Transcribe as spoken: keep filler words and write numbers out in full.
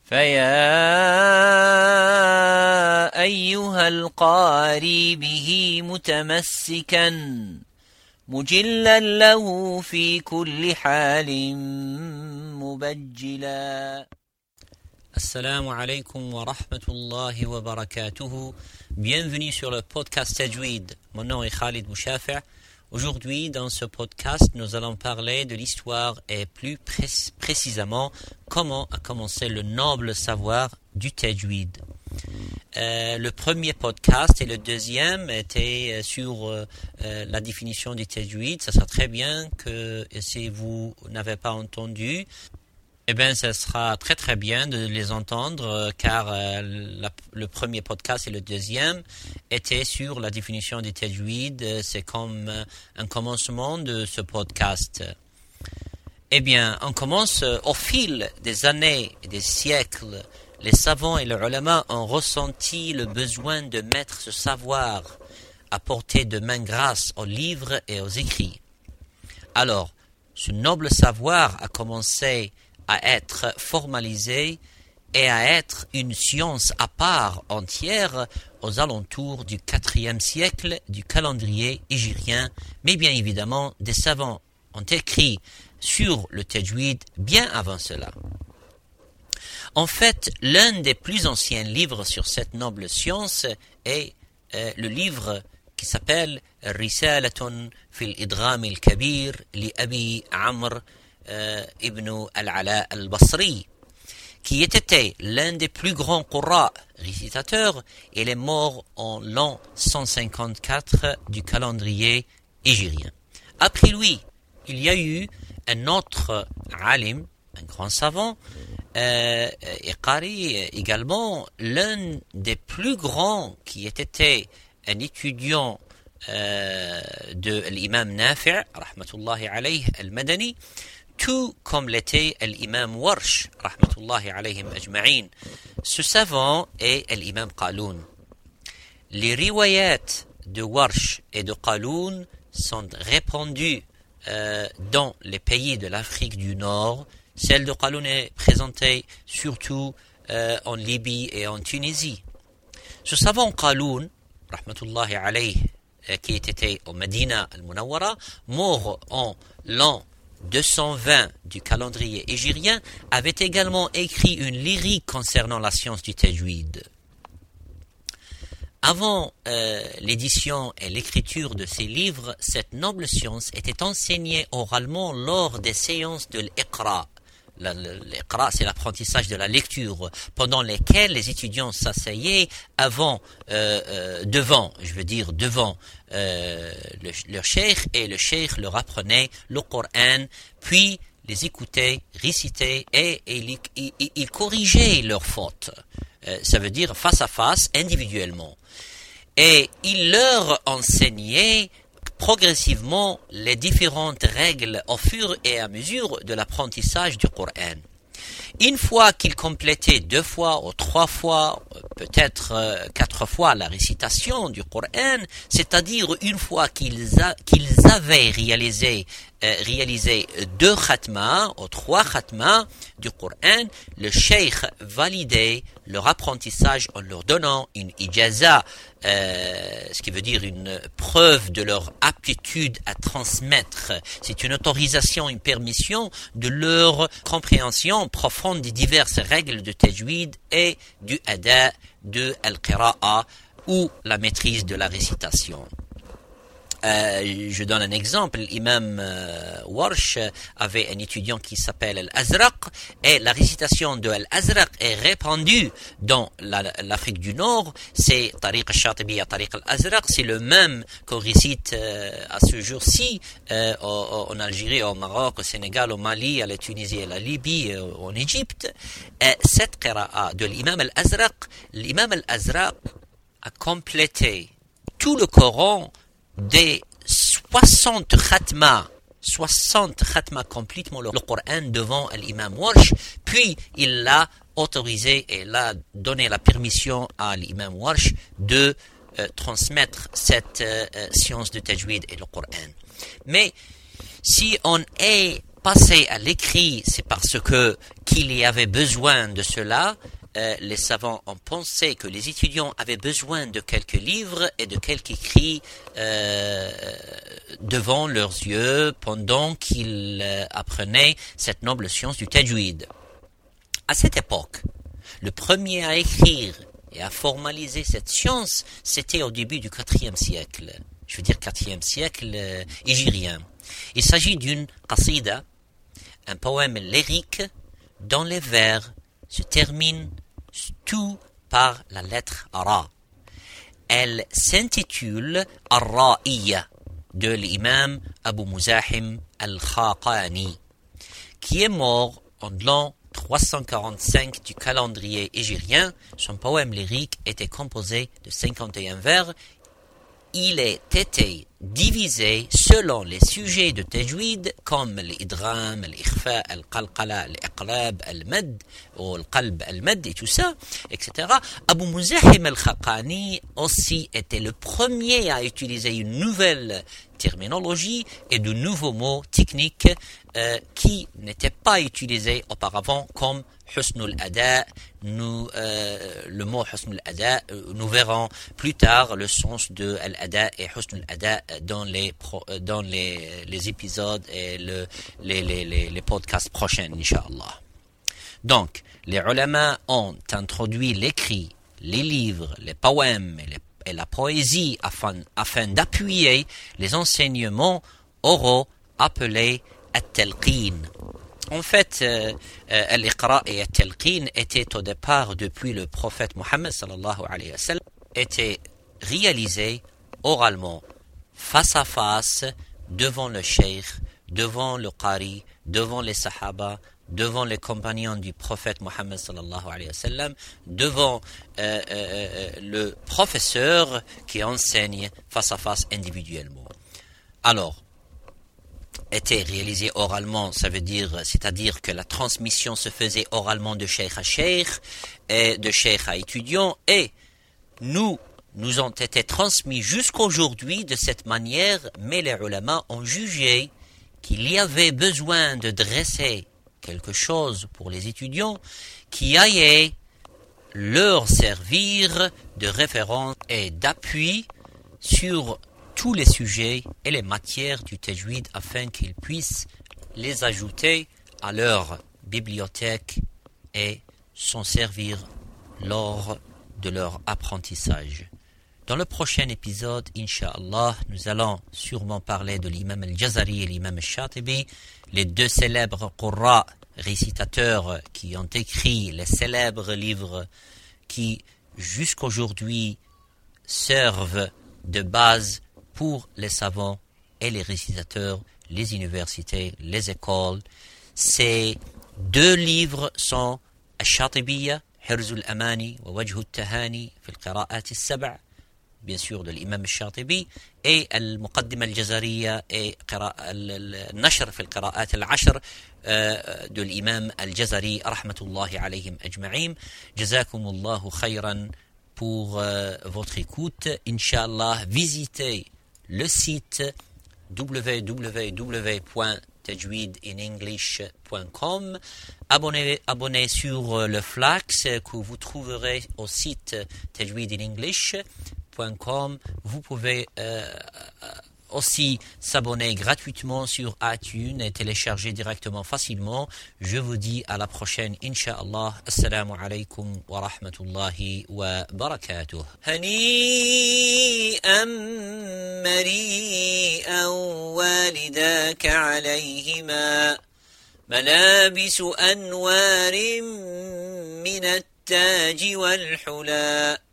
فيا أيها القاري به متمسكا مجلا له في كل حال مبجلا. Assalamu alaikum wa rahmatullahi wa barakatuhu. Bienvenue sur le podcast Tajweed. Mon nom est Khalid Bouchafer. Aujourd'hui, dans ce podcast, nous allons parler de l'histoire et plus pré- précisément comment a commencé le noble savoir du Tajweed. Euh, le premier podcast et le deuxième étaient sur euh, la définition du Tajweed. Ça sera très bien que si vous n'avez pas entendu, eh bien, ça sera très très bien de les entendre euh, car euh, la, le premier podcast et le deuxième étaient sur la définition du Tajweed. Euh, c'est comme euh, un commencement de ce podcast. Eh bien, on commence euh, au fil des années et des siècles. Les savants et les ulama ont ressenti le besoin de mettre ce savoir à portée de main grâce aux livres et aux écrits. Alors, ce noble savoir a commencé à être formalisé et à être une science à part entière aux alentours du quatrième siècle du calendrier hégirien. Mais bien évidemment, des savants ont écrit sur le Tajweed bien avant cela. En fait, l'un des plus anciens livres sur cette noble science est euh, le livre qui s'appelle Risalatun fil Idgham al-Kabir li Abi Amr Euh, Ibn al-Ala al-Basri, qui était l'un des plus grands qurra récitateurs. Il est mort en l'an cent cinquante-quatre du calendrier hégirien. Après lui, il y a eu un autre alim, un grand savant, euh, et qari également, l'un des plus grands qui était un étudiant euh, de l'imam Nafi', rahmatullahi alayhi al-Madani, tout comme l'était l'imam Warsh, rahmatullahi alayhim ajma'in. Ce savant est l'imam Qaloun. Les riwayat de Warsh et de Qaloun sont répandues euh, dans les pays de l'Afrique du Nord. Celle de Qaloun est présentée surtout euh, en Libye et en Tunisie. Ce savant Qaloun, rahmatullahi alayhi, euh, qui était au Medina al-Munawwara, mort en l'an deux cent vingt du calendrier hégirien, avait également écrit une lyrique concernant la science du Tajweed. Avant euh, l'édition et l'écriture de ces livres, cette noble science était enseignée oralement lors des séances de l'Iqra. L'Iqra, c'est l'apprentissage de la lecture, pendant lesquelles les étudiants s'asseyaient avant, euh, euh, devant, je veux dire devant euh, le, leur cheikh, et le cheikh leur apprenait le Coran, puis les écoutait, récitait et, et il, il, il corrigeait leurs fautes. Euh, ça veut dire face à face, individuellement. Et il leur enseignait progressivement les différentes règles au fur et à mesure de l'apprentissage du Coran. Une fois qu'ils complétaient deux fois ou trois fois, peut-être euh, quatre fois la récitation du Coran, c'est-à-dire une fois qu'ils, a, qu'ils avaient réalisé, euh, réalisé deux khatmas ou trois khatmas du Coran, le cheikh validait leur apprentissage en leur donnant une ijaza, euh, ce qui veut dire une preuve de leur aptitude à transmettre. C'est une autorisation, une permission de leur compréhension profonde des diverses règles de tajweed et du ada, de al-qira'a ou la maîtrise de la récitation. Euh, je donne un exemple. L'imam euh, Warsh avait un étudiant qui s'appelle Al-Azraq, et la récitation de Al-Azraq est répandue dans la, l'Afrique du Nord. C'est Tariq al-Shatibi à Tariq al-Azraq, c'est le même qu'on récite euh, à ce jour-ci euh, en Algérie, au Maroc, au Sénégal, au Mali, à la Tunisie, à la Libye, euh, en Égypte. Et cette qira'a de l'imam Al-Azraq, l'imam Al-Azraq a complété tout le Coran des soixante khatmas, soixante khatmas complètement le Coran devant l'imam Warsh, puis il l'a autorisé et l'a donné la permission à l'imam Warsh de euh, transmettre cette euh, science de tajweed et le Coran. Mais si on est passer à l'écrit, c'est parce que qu'il y avait besoin de cela. Euh, les savants ont pensé que les étudiants avaient besoin de quelques livres et de quelques écrits euh, devant leurs yeux pendant qu'ils euh, apprenaient cette noble science du tajwid. À cette époque, le premier à écrire et à formaliser cette science, c'était au début du quatrième siècle. Je veux dire quatrième siècle euh, hégirien. Il s'agit d'une qasida, un poème lyrique dont les vers se terminent tout par la lettre Ra. Elle s'intitule Ar-Ra'iyya de l'imam Abu Muzahim al-Khaqani, qui est mort en l'an trois cent quarante-cinq du calendrier hégirien. Son poème lyrique était composé de cinquante et un vers. Il a été divisé selon les sujets de tajwid comme l'idram, l'ikhfa, al-qalqala, l'iqlab, al-mad, ou al-qalb, al-mad et tout ça, et cetera. Abu Muzahim al-Khaqani aussi était le premier à utiliser une nouvelle terminologie et de nouveaux mots techniques euh, qui n'étaient pas utilisés auparavant comme husnul ada. Nous, euh, le mot husnul ada, euh, nous verrons plus tard le sens de al-ada et husnul ada dans les pro, dans les, les épisodes et le, les, les, les, les podcasts prochains, Inch'Allah. Donc, les ulama ont introduit l'écrit, les livres, les poèmes et, les, et la poésie afin, afin d'appuyer les enseignements oraux appelés at-talqin. En fait, euh, euh, al-Iqra et al-Talqin étaient au départ, depuis le prophète Mohammed sallallahu alayhi wa sallam, étaient réalisés oralement, face à face, devant le cheikh, devant le qari, devant les sahaba, devant les compagnons du prophète Mohammed sallallahu alayhi wa sallam, devant euh, euh, le professeur qui enseigne face à face individuellement. Alors, était réalisé oralement, ça veut dire, c'est-à-dire que la transmission se faisait oralement de cheikh à cheikh et de cheikh à étudiant, et nous, nous ont été transmis jusqu'aujourd'hui de cette manière, mais les ulama ont jugé qu'il y avait besoin de dresser quelque chose pour les étudiants qui allait leur servir de référence et d'appui sur tous les sujets et les matières du tajwid afin qu'ils puissent les ajouter à leur bibliothèque et s'en servir lors de leur apprentissage. Dans le prochain épisode, Inch'Allah, nous allons sûrement parler de l'imam al-Jazari et l'imam al-Shatibi, les deux célèbres qurra, récitateurs qui ont écrit les célèbres livres qui, jusqu'aujourd'hui, servent de base pour les savants et les récitateurs, les universités, les écoles. Ces deux livres sont Al-Shatibiyya, Hirz al-Amani wa Wajh al-Tahani fi al-Qira'at al-Sab', bien sûr de l'imam al-Shatibi, et Al-Muqaddima al-Jazariya et Al-Nashr fi al-Qira'at al-Ashr de l'imam al-Jazari, rahmatullahi alayhim ajma'im. Jazakumullahu khayran pour euh, votre écoute. Inch'Allah, visitez le site w w w point tajwid in english point com. Abonnez, abonnez sur le Flax que vous trouverez au site tajwid in english point com. Vous pouvez euh, aussi s'abonner gratuitement sur iTunes et télécharger directement facilement. Je vous dis à la prochaine, Inch'Allah. Assalamu alaikum wa rahmatullahi wa barakatuh. هنيئا مريئا والداك عليهما ملابس أنوار من التاج والحلى